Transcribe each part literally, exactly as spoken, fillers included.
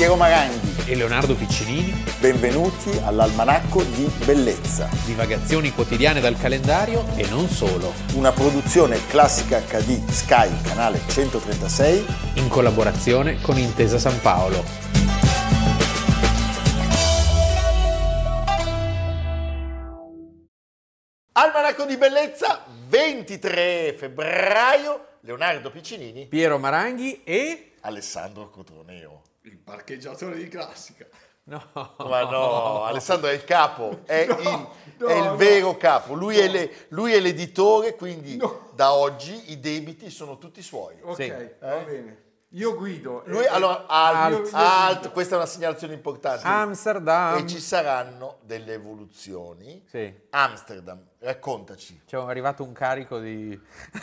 Piero Maranghi e Leonardo Piccinini. Benvenuti all'Almanacco di Bellezza. Divagazioni quotidiane dal calendario e non solo. Una produzione Classica acca di Sky, canale centotrentasei, in collaborazione con Intesa San Paolo. Almanacco di Bellezza, ventitré febbraio, Leonardo Piccinini, Piero Maranghi e Alessandro Cotroneo. Il parcheggiatore di Classica. No, Ma no, Alessandro è il capo, è, No, il, no, è il no. vero capo, lui, No. è le- lui è l'editore, quindi No. da oggi i debiti sono tutti suoi. Ok, Sì. va bene. Io guido. Lui, Eh, allora, io- alt, io alt, guido. questa è una segnalazione importante. Amsterdam. E ci saranno delle evoluzioni. Sì, Amsterdam, raccontaci. c'è arrivato un carico di...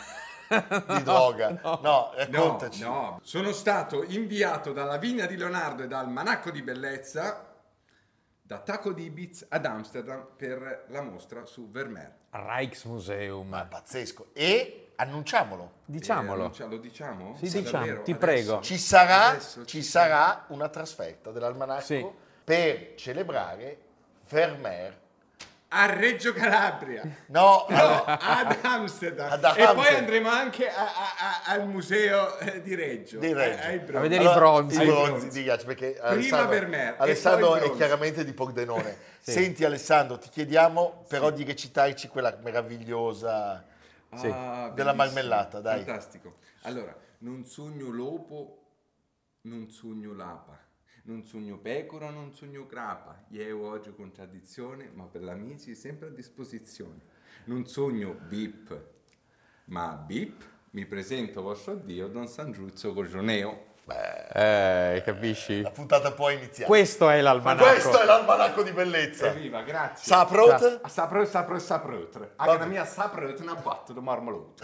Di droga. No, No, raccontaci. no, sono stato inviato dalla Vigna di Leonardo e dal Manacco di Bellezza da Taco di Ibiza ad Amsterdam per la mostra su Vermeer. Rijksmuseum. Ma è pazzesco. E annunciamolo. Diciamolo. Eh, non ce lo diciamo? Sì, Sì, diciamo, davvero? ti Adesso? prego. Ci sarà, Adesso ci ci sarà una trasferta dell'Almanacco Sì. per celebrare Vermeer. A Reggio Calabria. No, No, allora, ad Amsterdam. Ad E Amsterdam. poi andremo anche a- a- a- al museo eh, di Reggio. Di Reggio. Eh, ai bronzi. A vedere allora, i bronzi. I Ai bronzi bronzi. di ghiaccio, perché Alessandro, Vermeer e Alessandro poi i è bronzi. chiaramente di Pordenone. Sì. Senti Alessandro, ti chiediamo però di recitarci quella meravigliosa Sì. Ah, della bellissimo. marmellata, dai. Fantastico. Allora, non sogno lopo, non sogno lapa, non sogno pecora, non sogno crapa. Io oggi contraddizione, ma per l'amici sempre a disposizione. Non sogno bip, ma bip, mi presento vostro Dio, Don San Giuzzo Cogioneo. Eh, capisci? La puntata può iniziare. Questo è l'almanacco. Questo è l'Almanacco di Bellezza. Evviva, grazie. Saprot? Saprot, saprot, saprot. Anche la mia saprot una batte di marmolata.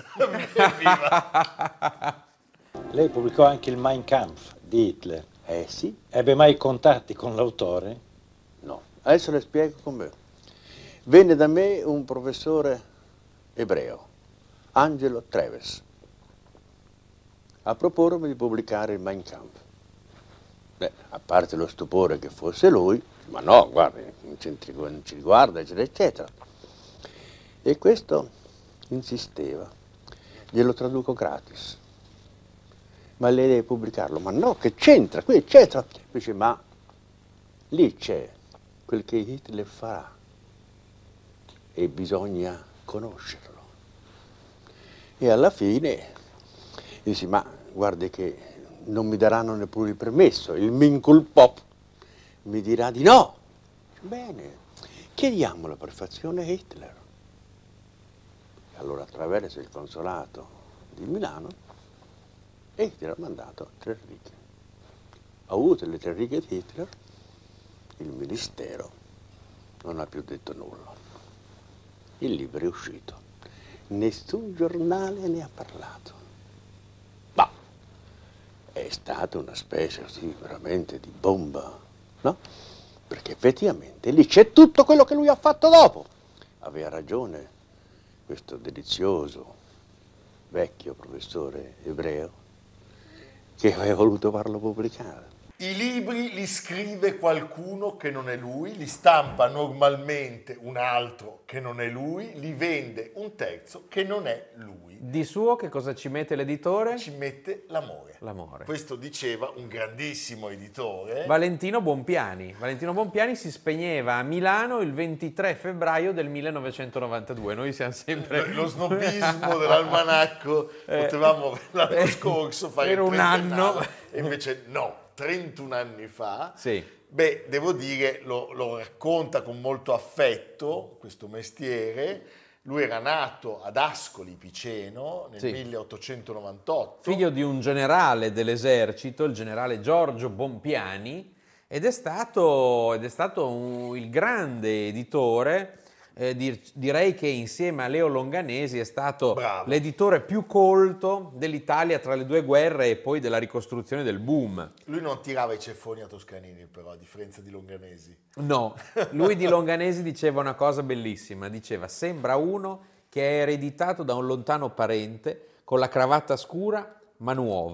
Evviva. Lei pubblicò anche il Mein Kampf di Hitler. Eh sì. Ebbe mai contatti con l'autore? No, adesso le spiego com'è. Venne da me un professore ebreo, Angelo Treves, a propormi di pubblicare il Mein Kampf. Beh, a parte lo stupore che fosse lui, ma no, guarda, non ci, non ci riguarda, eccetera, eccetera. E questo insisteva, glielo traduco gratis. Ma lei deve pubblicarlo, ma no, che c'entra, qui eccetera. Dice, ma lì c'è quel che Hitler farà e bisogna conoscerlo. E alla fine dice, ma guardi che non mi daranno neppure il permesso, il Minkulpop mi dirà di no. Bene, chiediamo la prefazione a Hitler. E allora attraverso il consolato di Milano Hitler ha mandato tre righe. Ha avuto le tre righe di Hitler, il ministero non ha più detto nulla. Il libro è uscito. Nessun giornale ne ha parlato. Ma è stata una specie così veramente di bomba, no? Perché effettivamente lì c'è tutto quello che lui ha fatto dopo. Aveva ragione questo delizioso vecchio professore ebreo che aveva voluto farlo pubblicare. I libri li scrive qualcuno che non è lui, li stampa normalmente un altro che non è lui, li vende un terzo che non è lui. Di suo che cosa ci mette l'editore? Ci mette l'amore. L'amore. Questo diceva un grandissimo editore. Valentino Bompiani. Valentino Bompiani si spegneva a Milano il ventitré febbraio del millenovecentonovantadue. Noi siamo sempre... Lo snobismo dell'almanacco, Eh, potevamo l'anno eh, scorso fare era il un anno. trentennale, e invece no, trentuno anni fa. Sì. Beh, devo dire, lo, lo racconta con molto affetto questo mestiere. Lui era nato ad Ascoli Piceno nel Sì. milleottocentonovantotto. Figlio di un generale dell'esercito, il generale Giorgio Bompiani, ed è stato, ed è stato un- il grande editore. Eh, dir- direi che insieme a Leo Longanesi è stato Bravo. l'editore più colto dell'Italia tra le due guerre e poi della ricostruzione del boom. Lui non tirava i ceffoni a Toscanini, però, a differenza di Longanesi. No, lui di Longanesi diceva una cosa bellissima, diceva: sembra uno che è ereditato da un lontano parente con la cravatta scura ma nuova.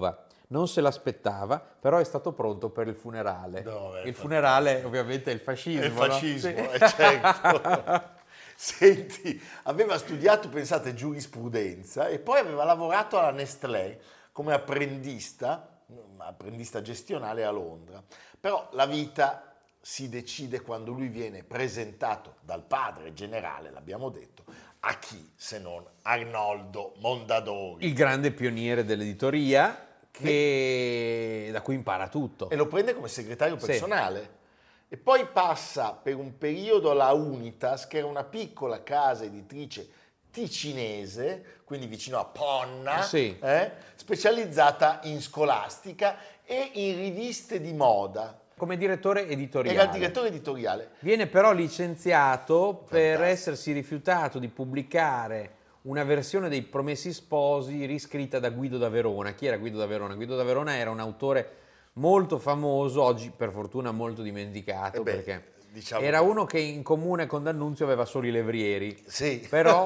non se l'aspettava, però è stato pronto per il funerale. No, beh, il funerale ovviamente è il fascismo. È il fascismo, no? è certo. Senti, aveva studiato, pensate, giurisprudenza e poi aveva lavorato alla Nestlé come apprendista, apprendista gestionale a Londra. Però la vita si decide quando lui viene presentato dal padre generale, l'abbiamo detto, a chi se non Arnoldo Mondadori. Il grande pioniere dell'editoria, che, da cui impara tutto. E lo prende come segretario Sì. personale. E poi passa per un periodo alla Unitas, che era una piccola casa editrice ticinese, quindi vicino a Ponna, Sì. eh, specializzata in scolastica e in riviste di moda. Come direttore editoriale. Era il direttore editoriale. Viene però licenziato per Fantastico. essersi rifiutato di pubblicare una versione dei Promessi Sposi riscritta da Guido da Verona. Chi era Guido da Verona? Guido da Verona era un autore molto famoso, oggi per fortuna molto dimenticato, Eh beh, perché diciamo era che- uno che in comune con D'Annunzio aveva solo i levrieri. Sì. Però,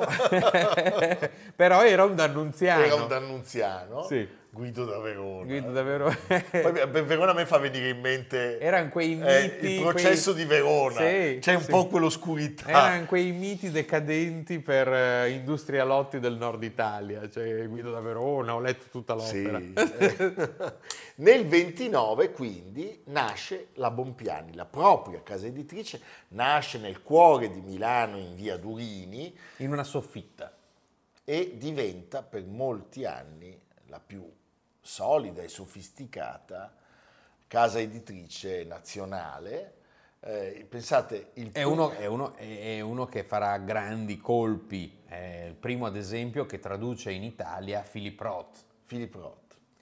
però era un d'annunziano. Era un d'annunziano, Sì. Guido da Verona. Guido da Verona. Poi per Verona a me fa venire in mente Erano quei eh, miti, il processo quei- di Verona, Sì, c'è un sì. po' quell'oscurità. Erano quei miti decadenti per eh, industrialotti del nord Italia, cioè Guido da Verona, ho letto tutta l'opera. Sì. Eh. Nel ventinove quindi nasce la Bompiani, la propria casa editrice, nasce nel cuore di Milano in via Durini In una soffitta. e diventa per molti anni la più solida e sofisticata casa editrice nazionale. Eh, pensate, il È uno, è, uno, è uno che farà grandi colpi, è il primo ad esempio che traduce in Italia Philip Roth. Philip Roth.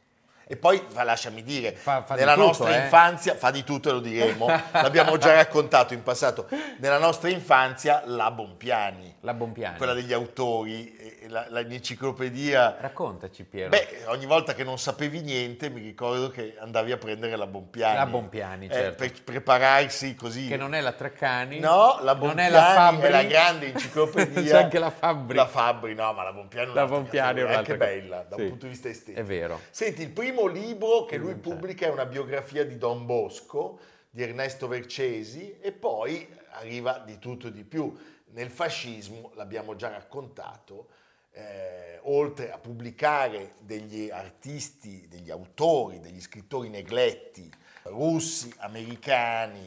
E poi, fa- lasciami dire, Fa- fa di nella tutto, nostra eh. infanzia, fa di tutto e lo diremo, l'abbiamo già raccontato in passato, nella nostra infanzia la Bompiani, La Bompiani. quella degli autori, e la, la- l'enciclopedia. Raccontaci Piero. Beh, ogni volta che non sapevi niente mi ricordo che andavi a prendere la Bompiani. La Bompiani, eh, certo. per prepararsi così. Che non è la Treccani. No, la non Bompiani è la Fabbri. è la grande enciclopedia. C'è anche la Fabbri. La Fabbri, no, ma la Bompiani è La un'altra Bompiani è categoria, è anche un'altra cosa. bella da Sì. un punto di vista estetico. È vero. Senti, il primo libro che Che lui non c'è. pubblica è una biografia di Don Bosco, di Ernesto Vercesi, e poi arriva di tutto e di più. Nel fascismo, l'abbiamo già raccontato, eh, oltre a pubblicare degli artisti, degli autori, degli scrittori negletti, russi, americani,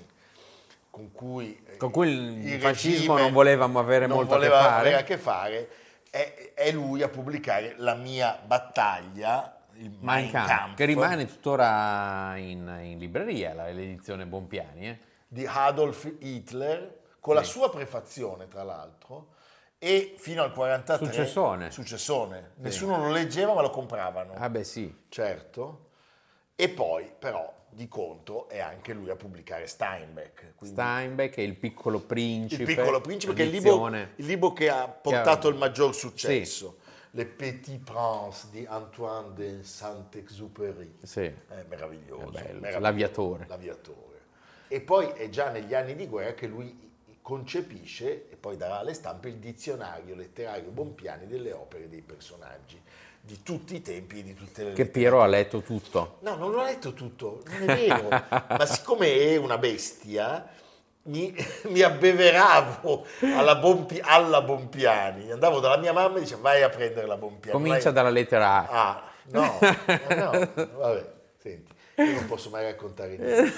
con cui, eh, Con cui il il fascismo regime non volevamo avere non molto a che voleva fare. avere a che fare, è, è lui a pubblicare La mia battaglia, il Mein Mein Kampf, Kampf, che rimane tuttora in, in libreria, la- l'edizione Bompiani. Eh. di Adolf Hitler, con la sua prefazione tra l'altro, e fino al quarantatré Successone. successone. Nessuno lo leggeva ma lo compravano, Ah beh sì, certo. E poi però di contro è anche lui a pubblicare Steinbeck, quindi Steinbeck e Il piccolo principe. Il piccolo principe, che è il libro, edizione. il libro che ha portato ha- il maggior successo. Le Petit Prince di Antoine de Saint-Exupéry. Sì. È meraviglioso. È bello, meraviglioso. l'aviatore. L'aviatore. E poi è già negli anni di guerra che lui concepisce e poi darà alle stampe il dizionario letterario Bompiani delle opere dei personaggi di tutti i tempi e di tutte le Che letterature. Piero ha letto tutto. No, non l'ho letto tutto, non è vero. Ma siccome è una bestia, mi, mi abbeveravo alla, Bompi- alla Bompiani. Andavo dalla mia mamma e dicevo vai a prendere la Bompiani. Comincia vai- dalla lettera A. Ah, no, eh, no, vabbè, senti, io non posso mai raccontare niente.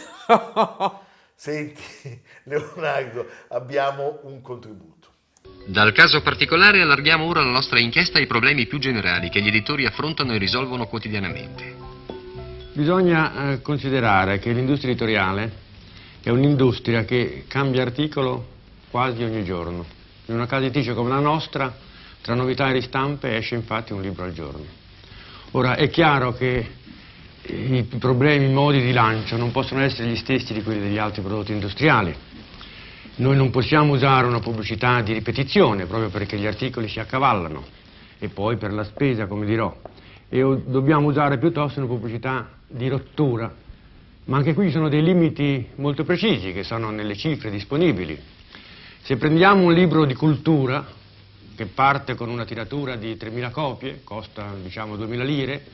Senti, Leonardo, abbiamo un contributo. Dal caso particolare allarghiamo ora la nostra inchiesta ai problemi più generali che gli editori affrontano e risolvono quotidianamente. Bisogna eh, considerare che l'industria editoriale è un'industria che cambia articolo quasi ogni giorno. In una casa editrice come la nostra, tra novità e ristampe, esce infatti un libro al giorno. Ora, è chiaro che i problemi, i modi di lancio non possono essere gli stessi di quelli degli altri prodotti industriali. Noi non possiamo usare una pubblicità di ripetizione, proprio perché gli articoli si accavallano, e poi per la spesa, come dirò. E o- dobbiamo usare piuttosto una pubblicità di rottura, ma anche qui ci sono dei limiti molto precisi che sono nelle cifre disponibili. Se prendiamo un libro di cultura, che parte con una tiratura di tremila copie, costa diciamo duemila lire,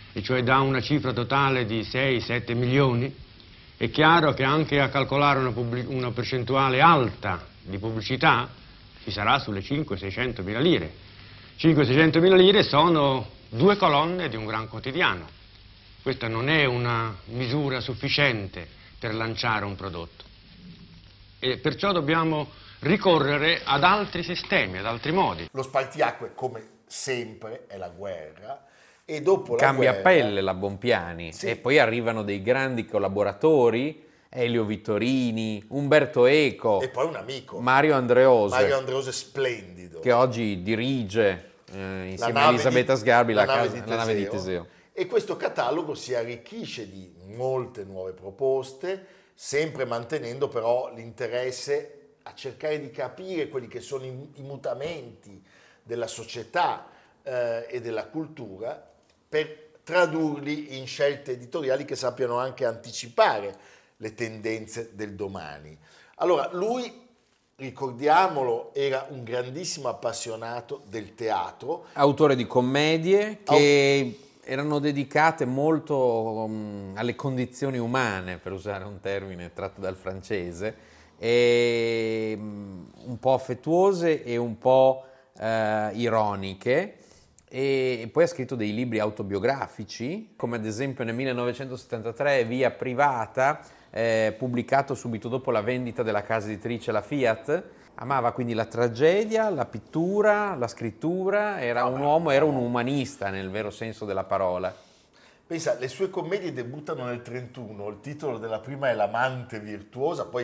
e cioè dà una cifra totale di sei sette milioni, è chiaro che anche a calcolare una, una percentuale alta di pubblicità ci sarà sulle cinquecento seicento mila lire. cinquecento seicento mila lire sono due colonne di un gran quotidiano. Questa non è una misura sufficiente per lanciare un prodotto. E perciò dobbiamo ricorrere ad altri sistemi, ad altri modi. Lo spartiacque, come sempre, è la guerra. E dopo la Cambia guerra, pelle la Bompiani, sì. E poi arrivano dei grandi collaboratori, Elio Vittorini, Umberto Eco, e poi un amico, Mario Andreose, Mario Andreose splendido, che oggi dirige eh, insieme a nave Elisabetta di- Sgarbi la, la nave casa- di la nave di Teseo. Teseo. E questo catalogo si arricchisce di molte nuove proposte, sempre mantenendo però l'interesse a cercare di capire quelli che sono i, i mutamenti della società eh, e della cultura, per tradurli in scelte editoriali che sappiano anche anticipare le tendenze del domani. Allora, lui, ricordiamolo, era un grandissimo appassionato del teatro. Autore di commedie che erano dedicate molto um, alle condizioni umane, per usare un termine tratto dal francese, e um, un po' affettuose e un po' uh, ironiche. E poi ha scritto dei libri autobiografici, come ad esempio nel millenovecentosettantatré Via privata, eh, pubblicato subito dopo la vendita della casa editrice La Fiat. Amava quindi la tragedia, la pittura, la scrittura, era un uomo, era un umanista nel vero senso della parola. Pensa, le sue commedie debuttano nel trentuno, il titolo della prima è L'amante virtuosa, poi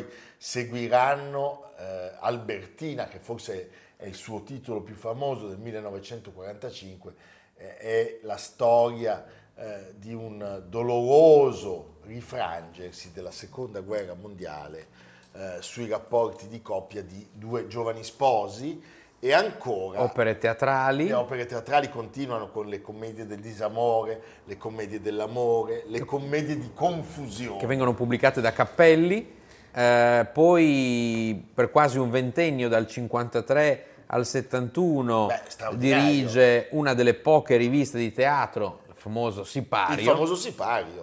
seguiranno eh, Albertina, che forse è il suo titolo più famoso, del millenovecentoquarantacinque, eh, è la storia eh, di un doloroso rifrangersi della seconda guerra mondiale eh, sui rapporti di coppia di due giovani sposi. E ancora Opere teatrali. le opere teatrali continuano con le commedie del disamore, le commedie dell'amore, le commedie di confusione. Che vengono pubblicate da Cappelli, eh, poi per quasi un ventennio, dal cinquantatré al settantuno, Beh, straordinario. dirige una delle poche riviste di teatro, il famoso Sipario. Il famoso Sipario.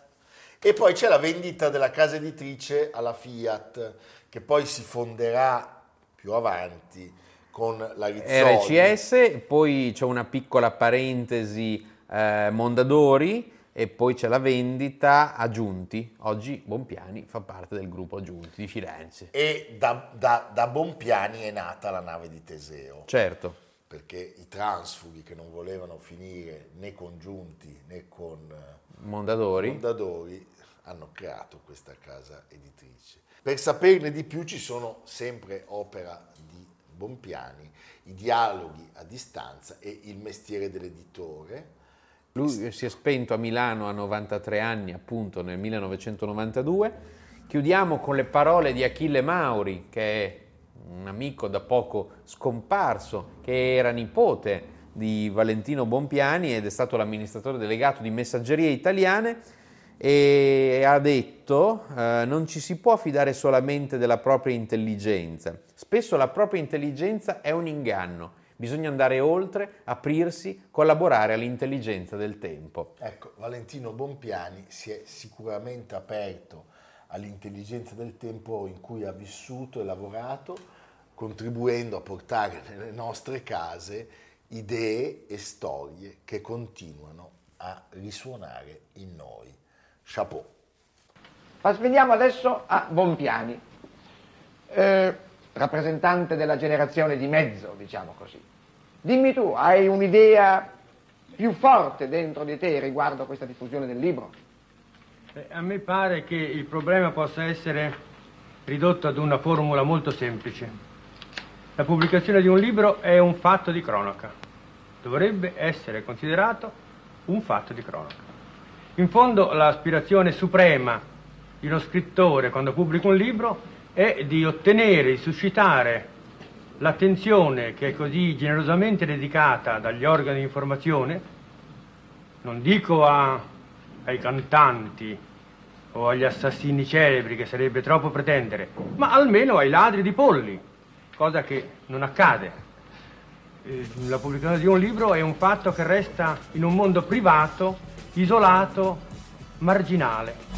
eh. E poi c'è la vendita della casa editrice alla Fiat, che poi si fonderà più avanti con la Rizzoli. R C S, poi c'è una piccola parentesi eh, Mondadori, e poi c'è la vendita a Giunti. Oggi Bompiani fa parte del gruppo Giunti di Firenze. E da, da, da Bompiani è nata la nave di Teseo. Certo. Perché i transfughi, che non volevano finire né con Giunti né con Mondadori. Mondadori, hanno creato questa casa editrice. Per saperne di più ci sono sempre opera di Bompiani, i dialoghi a distanza e il mestiere dell'editore. Lui si è spento a Milano a novantatré anni, appunto nel millenovecentonovantadue. Chiudiamo con le parole di Achille Mauri, che è un amico da poco scomparso, che era nipote di Valentino Bompiani ed è stato l'amministratore delegato di Messaggerie Italiane, e ha detto eh, non ci si può fidare solamente della propria intelligenza. Spesso la propria intelligenza è un inganno. Bisogna andare oltre, aprirsi, collaborare all'intelligenza del tempo. Ecco, Valentino Bompiani si è sicuramente aperto all'intelligenza del tempo in cui ha vissuto e lavorato, contribuendo a portare nelle nostre case idee e storie che continuano a risuonare in noi. Chapeau. Ma veniamo adesso a Bompiani, eh, rappresentante della generazione di mezzo, diciamo così. Dimmi tu, hai un'idea più forte dentro di te riguardo a questa diffusione del libro? Eh, a me pare che il problema possa essere ridotto ad una formula molto semplice. La pubblicazione di un libro è un fatto di cronaca. Dovrebbe essere considerato un fatto di cronaca. In fondo l'aspirazione suprema di uno scrittore quando pubblica un libro è di ottenere, di suscitare l'attenzione che è così generosamente dedicata dagli organi di informazione, non dico a, ai cantanti o agli assassini celebri, che sarebbe troppo pretendere, ma almeno ai ladri di polli, cosa che non accade. Eh, la pubblicazione di un libro è un fatto che resta in un mondo privato isolato, marginale.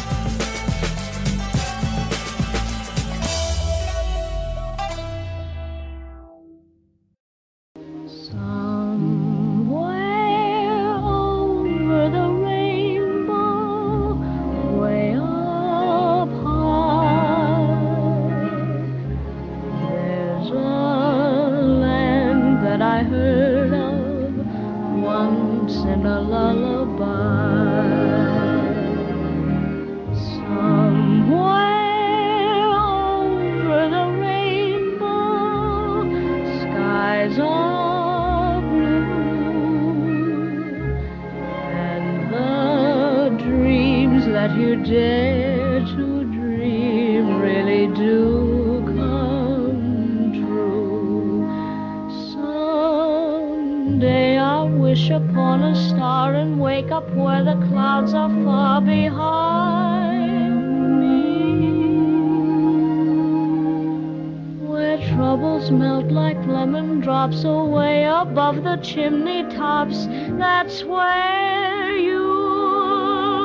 Chimney tops, that's where you'll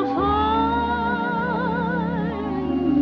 find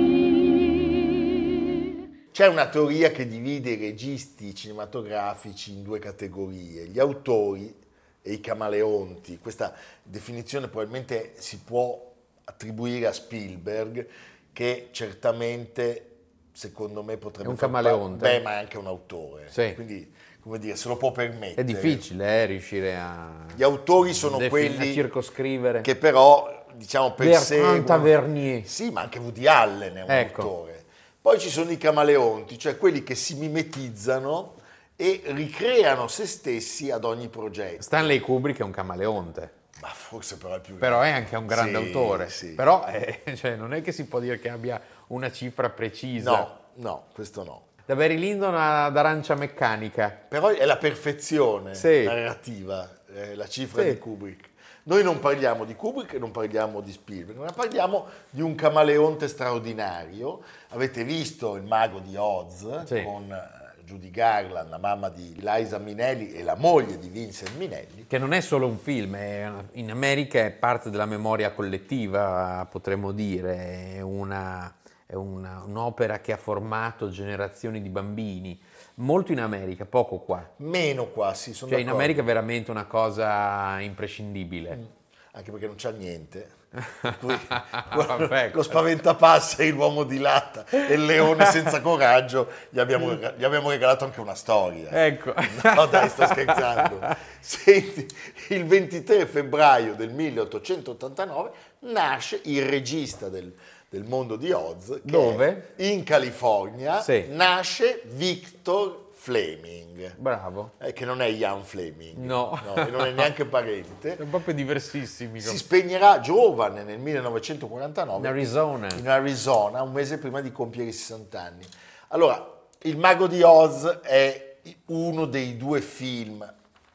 me. C'è una teoria che divide i registi cinematografici in due categorie, gli autori e i camaleonti. Questa definizione probabilmente si può attribuire a Spielberg, che certamente, secondo me, potrebbe... È un camaleonte. Beh, ma è anche un autore. Sì. Quindi, come dire, se lo può permettere. È difficile eh, riuscire a... Gli autori sono defin- quelli a circoscrivere. Che però, diciamo, perseguono... Tavernier. Sì, ma anche Woody Allen è un ecco. autore. Poi ci sono i camaleonti, cioè quelli che si mimetizzano e ricreano se stessi ad ogni progetto. Stanley Kubrick è un camaleonte. Ma forse però è più Però grande. è anche un grande sì, autore. Sì. Però è, cioè, non è che si può dire che abbia una cifra precisa. No, no, questo no. Da Barry Lyndon ad Arancia Meccanica. Però è la perfezione sì. narrativa, eh, la cifra sì. di Kubrick. Noi non parliamo di Kubrick e non parliamo di Spielberg, ma parliamo di un camaleonte straordinario. Avete visto Il Mago di Oz sì. con Judy Garland, la mamma di Liza Minnelli e la moglie di Vincent Minnelli. Che non è solo un film, è, in America è parte della memoria collettiva, potremmo dire, è una... è una, un'opera che ha formato generazioni di bambini, molto in America, poco qua. Meno qua, sì, sono Cioè d'accordo. in America è veramente una cosa imprescindibile. Mm. Anche perché non c'ha niente. Cui, Vabbè, lo spaventapasseri, l'uomo di latta e il leone senza coraggio, gli abbiamo, gli abbiamo regalato anche una storia. Ecco. No dai, sto scherzando. Senti, il ventitré febbraio del milleottocentottantanove nasce il regista del del mondo di Oz, che dove? In California, sì. nasce Victor Fleming. Bravo. Eh, che non è Ian Fleming. No. no. E non è neanche parente. Sono proprio diversissimi. Si spegnerà giovane nel millenovecentoquarantanove. In Arizona. In Arizona, un mese prima di compiere i sessanta anni. Allora, Il Mago di Oz è uno dei due film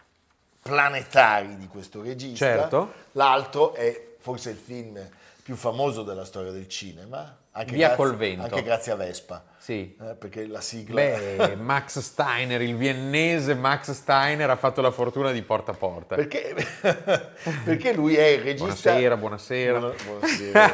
planetari di questo regista. Certo. L'altro è forse il film più famoso della storia del cinema, anche, Via grazie, col vento. anche grazie a Vespa, sì. eh, perché la sigla... Beh, Max Steiner, il viennese Max Steiner ha fatto la fortuna di Porta a Porta. Perché, perché lui è il regista... Buonasera, buonasera. Buona, buonasera.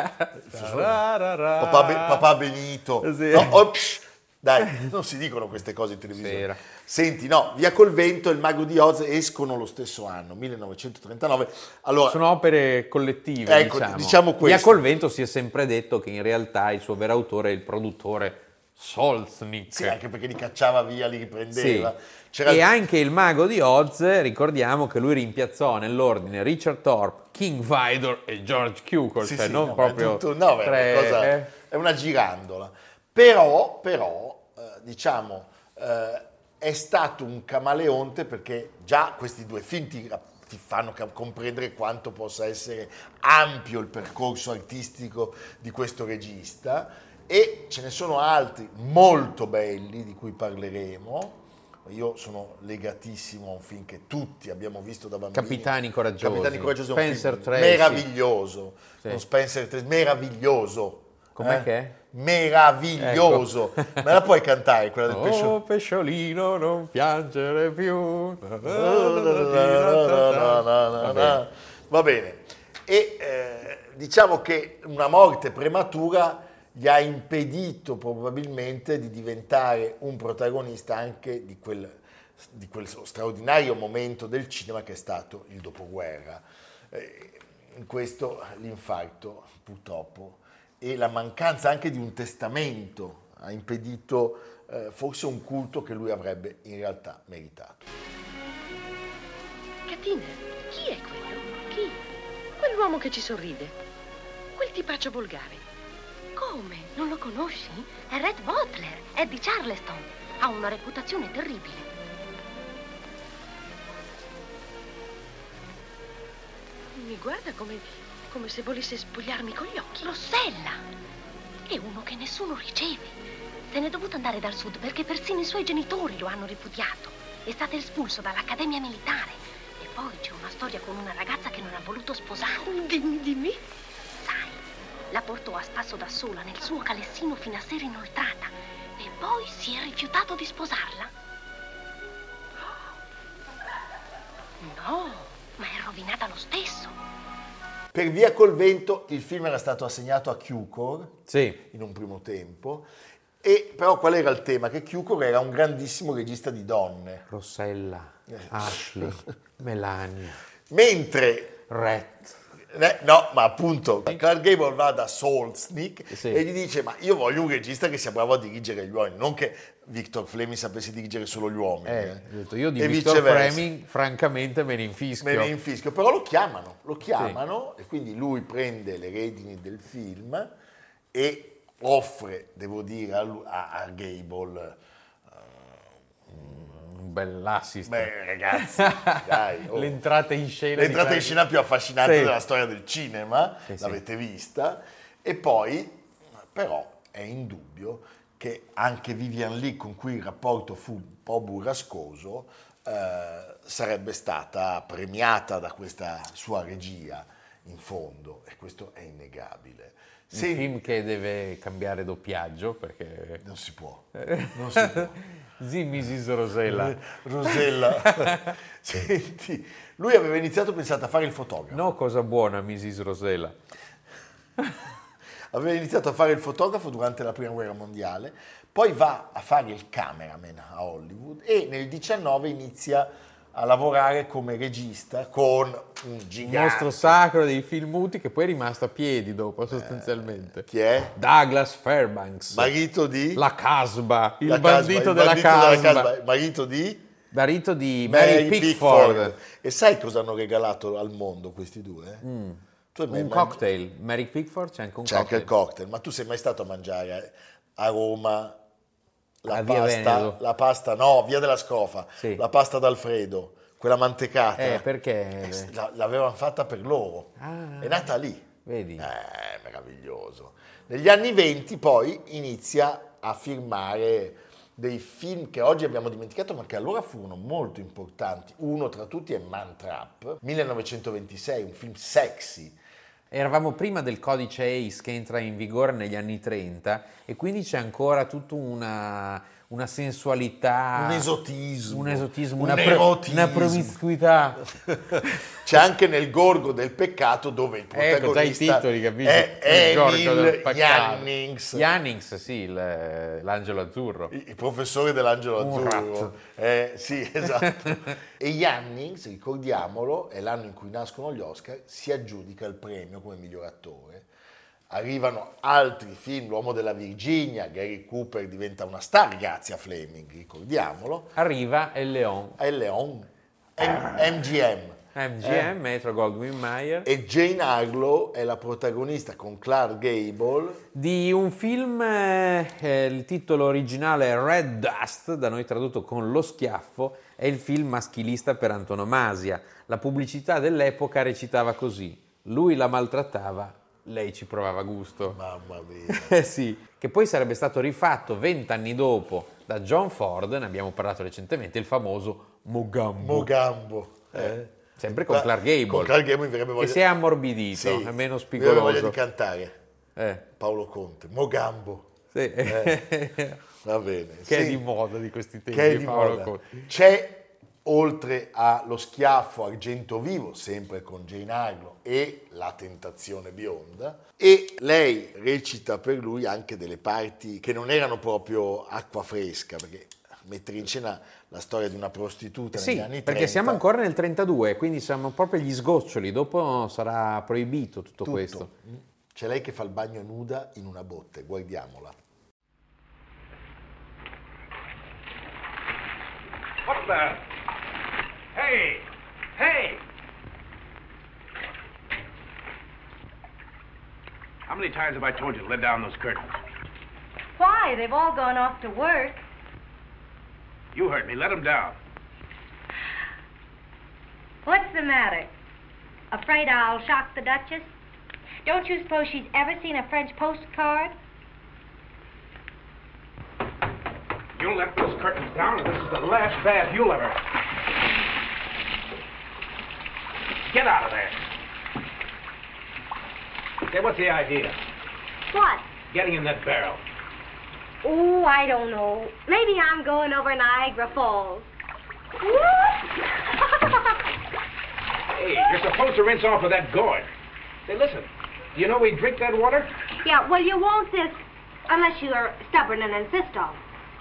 papà, Be, papà Benito. Sì. No, oh, psh, dai, non si dicono queste cose in televisione. Sera. Senti, no, Via col vento e Il Mago di Oz escono lo stesso anno, millenovecentotrentanove. Allora, sono opere collettive, ecco, diciamo. diciamo questo. Via col vento si è sempre detto che in realtà il suo vero autore è il produttore Selznick. Sì, anche perché li cacciava via, li riprendeva. Sì. C'era e il... anche Il Mago di Oz, ricordiamo che lui rimpiazzò nell'ordine Richard Thorpe, King Vidor e George Cukor, sì, cioè sì, non no, proprio è, tutto, no, tre, è, una cosa, eh? è una girandola. Però, però eh, diciamo, eh, è stato un camaleonte perché già questi due film ti, ti fanno comprendere quanto possa essere ampio il percorso artistico di questo regista, e ce ne sono altri molto belli di cui parleremo. Io sono legatissimo a un film che tutti abbiamo visto da bambini. Capitani Coraggiosi. Capitani Coraggiosi è un Spencer film Tracy. meraviglioso. Sì. Non Spencer Tracy, meraviglioso. Com'è eh? che è? Meraviglioso. Ecco. Me la puoi cantare quella del Oh, pesciolino? pesciolino, non piangere più. Vabbè. Va bene. E eh, diciamo che una morte prematura gli ha impedito probabilmente di diventare un protagonista anche di quel, di quel straordinario momento del cinema che è stato il dopoguerra. Eh, in questo l'infarto purtroppo e la mancanza anche di un testamento ha impedito eh, forse un culto che lui avrebbe in realtà meritato. Katina, chi è quello? Chi? Quell'uomo che ci sorride. Quel tipaccio volgare. Come? Non lo conosci? È Red Butler, è di Charleston. Ha una reputazione terribile. Mi guarda come, come se volesse spogliarmi con gli occhi. Rossella! È uno che nessuno riceve. Se n'è dovuto andare dal sud perché persino i suoi genitori lo hanno ripudiato. È stato espulso dall'accademia militare. E poi c'è una storia con una ragazza che non ha voluto sposarlo. Dimmi, dimmi. Sai, la portò a spasso da sola nel suo calessino fino a sera inoltrata. E poi si è rifiutato di sposarla. No, ma è rovinata lo stesso. Per Via col vento il film era stato assegnato a Cukor sì. in un primo tempo, e però qual era il tema? Che Cukor era un grandissimo regista di donne. Rossella, Ashley, Melania, mentre Rhett. Eh, no, ma appunto Clark Gable va da Selznick sì. e gli dice: ma io voglio un regista che sia bravo a dirigere gli uomini, non che Victor Fleming sapesse dirigere solo gli uomini. Eh, eh. detto, io di e Victor viceversa. Fleming francamente me ne infischio. Me ne infischio, però lo chiamano, lo chiamano sì. E quindi lui prende le redini del film e offre, devo dire, a, a, a Gable un bell'assist. Beh, ragazzi, dai, oh. l'entrata in scena, l'entrata in scena più affascinante sì. della storia del cinema, sì, l'avete sì. vista, e poi però è indubbio che anche Vivien Leigh, con cui il rapporto fu un po' burrascoso, eh, sarebbe stata premiata da questa sua regia in fondo, e questo è innegabile. Un sì. film che deve cambiare doppiaggio perché non si può, non si può. Sì, missus Rosella. Rosella. Senti, lui aveva iniziato, pensate, a fare il fotografo. No, cosa buona, missus Rosella. Aveva iniziato a fare il fotografo durante la Prima Guerra Mondiale, poi va a fare il cameraman a Hollywood e nel diciannove inizia a lavorare come regista con un gigante. Il mostro sacro dei film muti che poi è rimasto a piedi dopo sostanzialmente. Eh, chi è? Douglas Fairbanks. Marito di? La Casbah, il La bandito, Casbah, della, il bandito Casbah. della Casbah. Marito di? Marito di Mary, Mary Pickford. Pickford. E sai cosa hanno regalato al mondo questi due? Mm. Tu hai mai un mangi- cocktail. Mary Pickford c'è anche un c'è cocktail. anche il cocktail, ma tu sei mai stato a mangiare a Roma la a Via pasta, Veneto. la pasta, no, via della Scrofa, sì. la pasta d'Alfredo, quella mantecata. Eh, perché? Eh, la- l'avevano fatta per loro, Ah, è nata lì. Vedi? Eh, meraviglioso. Negli anni venti poi inizia a firmare dei film che oggi abbiamo dimenticato ma che allora furono molto importanti. Uno tra tutti è Man Trap, millenovecentoventisei, un film sexy. Eravamo prima del codice ACE che entra in vigore negli anni trenta e quindi c'è ancora tutta una, una sensualità, un esotismo, un, esotismo, un una, erotismo. una promiscuità. C'è anche nel Gorgo del peccato dove il protagonista ecco, già i titoli, capisci? è Emil Jannings. Jannings, sì, il, l'angelo azzurro. Il, il professore dell'angelo Un azzurro. Eh, sì, esatto. E Jannings, ricordiamolo, è l'anno in cui nascono gli Oscar, si aggiudica il premio come miglior attore. Arrivano altri film, L'uomo della Virginia, Gary Cooper diventa una star grazie a Fleming, ricordiamolo. Arriva El Leon. El Leon, M G M. M G M, eh. Metro Goldwyn Mayer. E Jane Harlow è la protagonista con Clark Gable di un film, eh, il titolo originale è Red Dust, da noi tradotto con Lo schiaffo, è il film maschilista per antonomasia. La pubblicità dell'epoca recitava così: lui la maltrattava, lei ci provava gusto. Mamma mia. Eh sì, che poi sarebbe stato rifatto vent'anni dopo da John Ford, ne abbiamo parlato recentemente, il famoso Mogambo. Mogambo, eh. Sempre con Clark Gable, con Clark Gable mi verrebbe voglia... che si è ammorbidito, sì, è meno mi spigoloso. voglia di cantare. Eh. Paolo Conte, Mogambo. Sì. Eh. Va bene. Che sì. è di moda di questi tempi. Che è di Paolo moda. Conte. C'è oltre allo Schiaffo Argento Vivo, sempre con Jane Harlow, e La tentazione bionda, e lei recita per lui anche delle parti che non erano proprio acqua fresca, perché mettere in scena la storia di una prostituta Sì, negli anni trenta... perché siamo ancora nel trentadue, quindi siamo proprio agli sgoccioli, dopo sarà proibito tutto, tutto. questo. C'è lei che fa il bagno nuda in una botte, guardiamola. What the? Hey! Hey! How many times have I told you to let down those curtains? Why? They've all gone off to work. You heard me. Let them down. What's the matter? Afraid I'll shock the Duchess? Don't you suppose she's ever seen a French postcard? You'll let those curtains down, and this is the last bath you'll ever... Get out of there. Say, what's the idea? What? Getting in that barrel. Oh, I don't know. Maybe I'm going over Niagara Falls. Hey, you're supposed to rinse off with that gourd. Say, listen, do you know we drink that water? Yeah, well, you won't this unless you're stubborn and insist on it.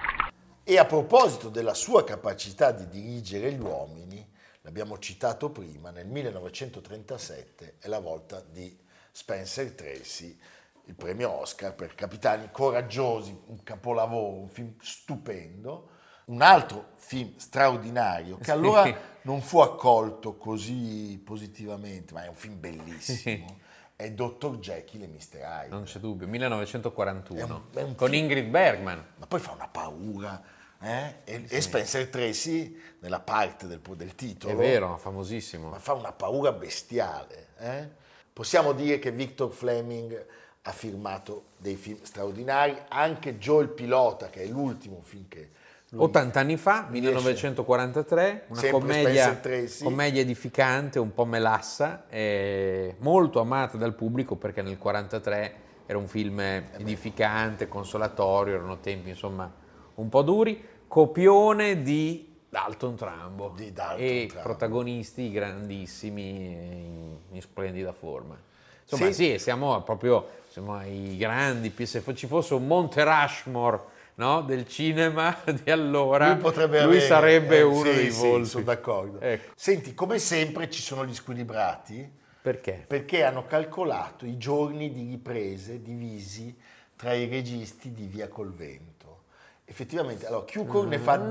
E a proposito della sua capacità di dirigere gli uomini, l'abbiamo citato prima, nel millenovecentotrentasette è la volta di Spencer Tracy, il premio Oscar per Capitani Coraggiosi, un capolavoro, un film stupendo. Un altro film straordinario che allora sì. non fu accolto così positivamente, ma è un film bellissimo, sì. è Dottor Jekyll e mister Hyde. Non c'è dubbio, millenovecentoquarantuno, è un, è un con film, Ingrid Bergman. Ma poi fa una paura, eh? e, sì. e Spencer Tracy nella parte del, del titolo. È vero, famosissimo. Ma fa una paura bestiale. Eh? Possiamo dire che Victor Fleming ha firmato dei film straordinari, anche Joe il pilota, che è l'ultimo film che... ottanta anni fa, millenovecentoquarantatré, una commedia, commedia edificante, un po' melassa, eh, molto amata dal pubblico perché nel quarantatré era un film edificante, consolatorio, erano tempi insomma un po' duri, copione di Dalton Trumbo di Dalton e Trumbo. Protagonisti grandissimi in, in splendida forma. Insomma sì, sì siamo proprio siamo ai grandi, se ci fosse un Monte Rushmore, no, del cinema di allora, lui, potrebbe lui avere, sarebbe eh, uno sì, dei sì, volti. Sono d'accordo. Ecco. Senti, come sempre ci sono gli squilibrati. Perché? Perché hanno calcolato i giorni di riprese divisi tra i registi di Via col Vento. Effettivamente, allora, Cukor ne fa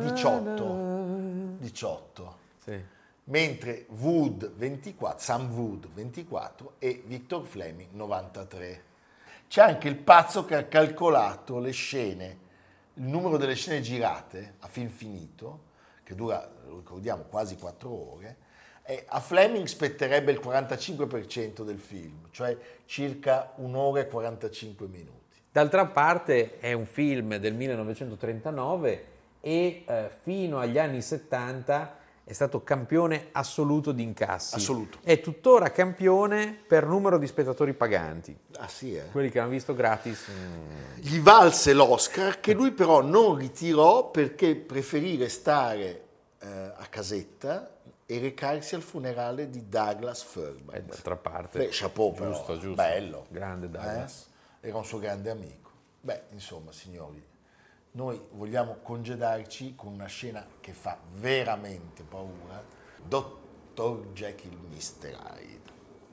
diciotto, diciotto. Sì. Mentre Wood ventiquattro, Sam Wood ventiquattro e Victor Fleming novantatré. C'è anche il pazzo che ha calcolato le scene, il numero delle scene girate a film finito, che dura, lo ricordiamo, quasi quattro ore, e a Fleming spetterebbe il quarantacinque per cento del film, cioè circa un'ora e quarantacinque minuti. D'altra parte è un film del millenovecentotrentanove e eh, fino agli anni settanta è stato campione assoluto di incassi. Assoluto. È tuttora campione per numero di spettatori paganti. Ah sì, eh? Quelli che hanno visto gratis. Mm. Gli valse l'Oscar, che lui però non ritirò perché preferì restare eh, a casetta e recarsi al funerale di Douglas Fairbanks. E d'altra parte. Beh, chapeau però, giusto, giusto. bello. Grande Douglas. Eh? Era un suo grande amico. Beh, insomma, signori, noi vogliamo congedarci con una scena che fa veramente paura. Dottor Jekyll, mister Hyde.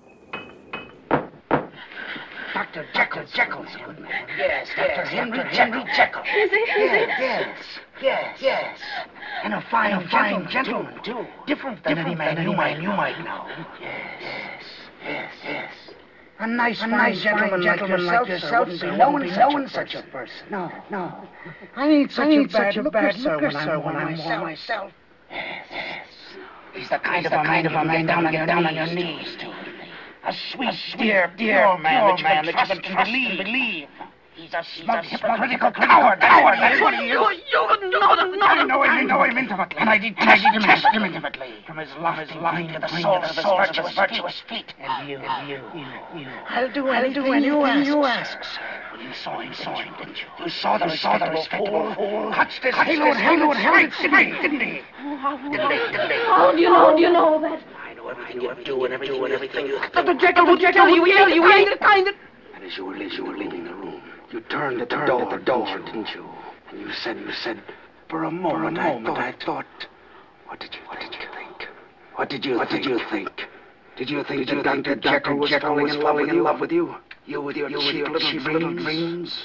Doctor Jekyll, Jekyll, good man. Yes, Doctor Henry, Henry Jekyll. Is it? Is it? Yes, yes, yes. And a fine, and a fine gentleman, too. Different than any man you might, you might know. Yes, yes, yes. A nice, a nice gentleman, gentleman like yourself, like yourself wouldn't be knowing such a person. No, no. I ain't such I ain't a bad, such a bad looker, looker, sir, when I'm myself. myself. Yes, yes. He's the kind He's of a man, of a man down on your down on your knees to. A sweet, a sweet dear, dear, pure man, pure that you can trust and believe. believe. He's, He's a smug, hypocritical coward. Coward, that's what he is. You, you know them, know them. I know him, I know him intimately. And I detest him, detest him intimately. From his lofty brain to the soles of his virtuous, virtuous feet. And you, and you, you, you. I'll do anything you ask, you ask, sir. Well, you saw him, saw him, didn't you? You saw the, saw the respectable fool. Clutched his halo, halo, straight, didn't he? Didn't he? Didn't he? Didn't he? How do you know? Do you know that? I know everything you do and everything you think. Doctor Jekyll, Doctor Jekyll, you yell, you yell, kind of. And as you were, as you were leaving the room, you turned at the door, at the door, didn't you? And you said, you said, for a moment, for a moment I, thought, I thought, what did you, what did you think? What did you, what think? did you think? Did you think that Doctor Jekyll was falling in love with you? love with you? You with your, you cheap, with your cheap little dreams?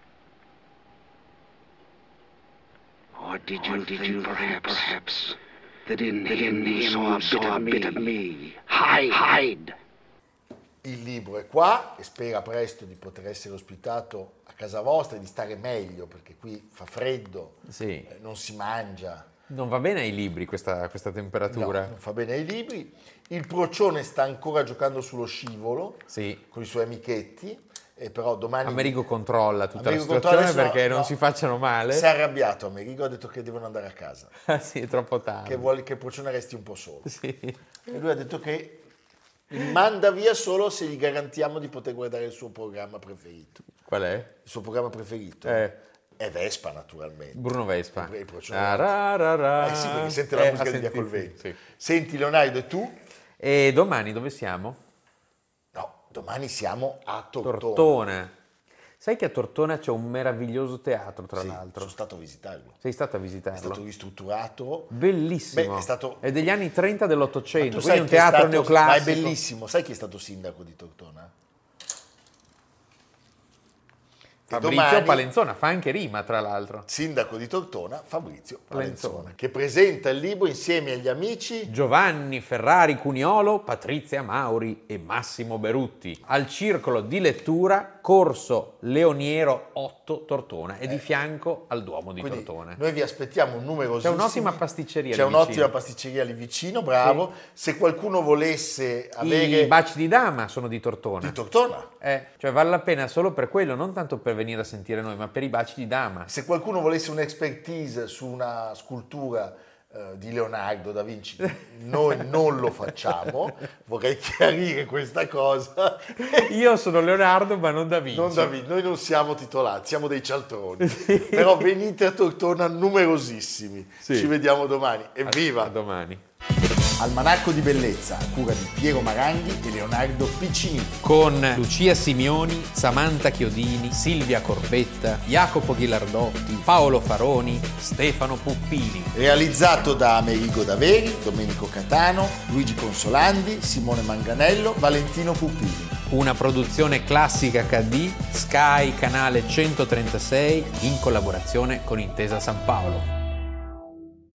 Or did you, or did you perhaps, perhaps, that in that him you saw a bit, of, bit of me? Hide, hide. Il libro è qua e spera presto di poter essere ospitato a casa vostra e di stare meglio, perché qui fa freddo, sì. eh, non si mangia. Non va bene ai libri questa, questa temperatura. No, non fa bene ai libri. Il procione sta ancora giocando sullo scivolo, sì, con i suoi amichetti, e però domani... Amerigo controlla tutta Amerigo la situazione controlla, perché no, non no. si facciano male. Si è arrabbiato Amerigo, ha detto che devono andare a casa. Sì, è troppo tardi. Che vuole che il procione resti un po' solo. Sì. E lui ha detto che manda via solo se gli garantiamo di poter guardare il suo programma preferito. Qual è? Il suo programma preferito? Eh. È Vespa, naturalmente. Bruno Vespa. Il procione. Ah, ra, ra, ra. Eh sì, perché sente la Eh, musica ha di Via sentito, col vento. sì. Senti Leonardo, e tu? E domani dove siamo? No, domani siamo a Tortona. Tortona. Sai che a Tortona c'è un meraviglioso teatro, tra Sì, l'altro. sono stato a visitarlo. Sei stato a visitarlo? È stato ristrutturato. Bellissimo. Beh, è stato... È degli anni trenta dell'Ottocento, Tu quindi sai un chi è teatro stato... neoclassico. Ma è bellissimo. Sai chi è stato sindaco di Tortona? Fabrizio domani, Palenzona, fa anche rima tra l'altro. Sindaco di Tortona, Fabrizio Palenzona, Palenzona. che presenta il libro insieme agli amici Giovanni Ferrari Cuniolo, Patrizia Mauri e Massimo Berutti. Al circolo di lettura Corso Leoniero otto Tortona e di fianco al Duomo di Quindi Tortona. Noi vi aspettiamo numerosissimi. C'è un'ottima pasticceria C'è lì un'ottima vicino. pasticceria lì vicino, bravo. Sì. Se qualcuno volesse avere... I baci di dama sono di Tortona. Di Tortona? Eh, cioè vale la pena solo per quello, non tanto per venire a sentire noi, ma per i baci di dama. Se qualcuno volesse un'expertise su una scultura eh, di Leonardo da Vinci, noi non lo facciamo, vorrei chiarire questa cosa. Io sono Leonardo, ma non da Vinci. Non da Vinci, noi non siamo titolati, siamo dei cialtroni. Sì. Però venite a Tortona numerosissimi. Sì. Ci vediamo domani. Evviva! A domani. Almanacco di bellezza, a cura di Piero Maranghi e Leonardo Piccini. Con Lucia Simioni, Samantha Chiodini, Silvia Corbetta, Jacopo Ghilardotti, Paolo Faroni, Stefano Puppini. Realizzato da Amerigo Daveri, Domenico Catano, Luigi Consolandi, Simone Manganello, Valentino Puppini. Una produzione Classica acca di, Sky Canale centotrentasei, in collaborazione con Intesa San Paolo.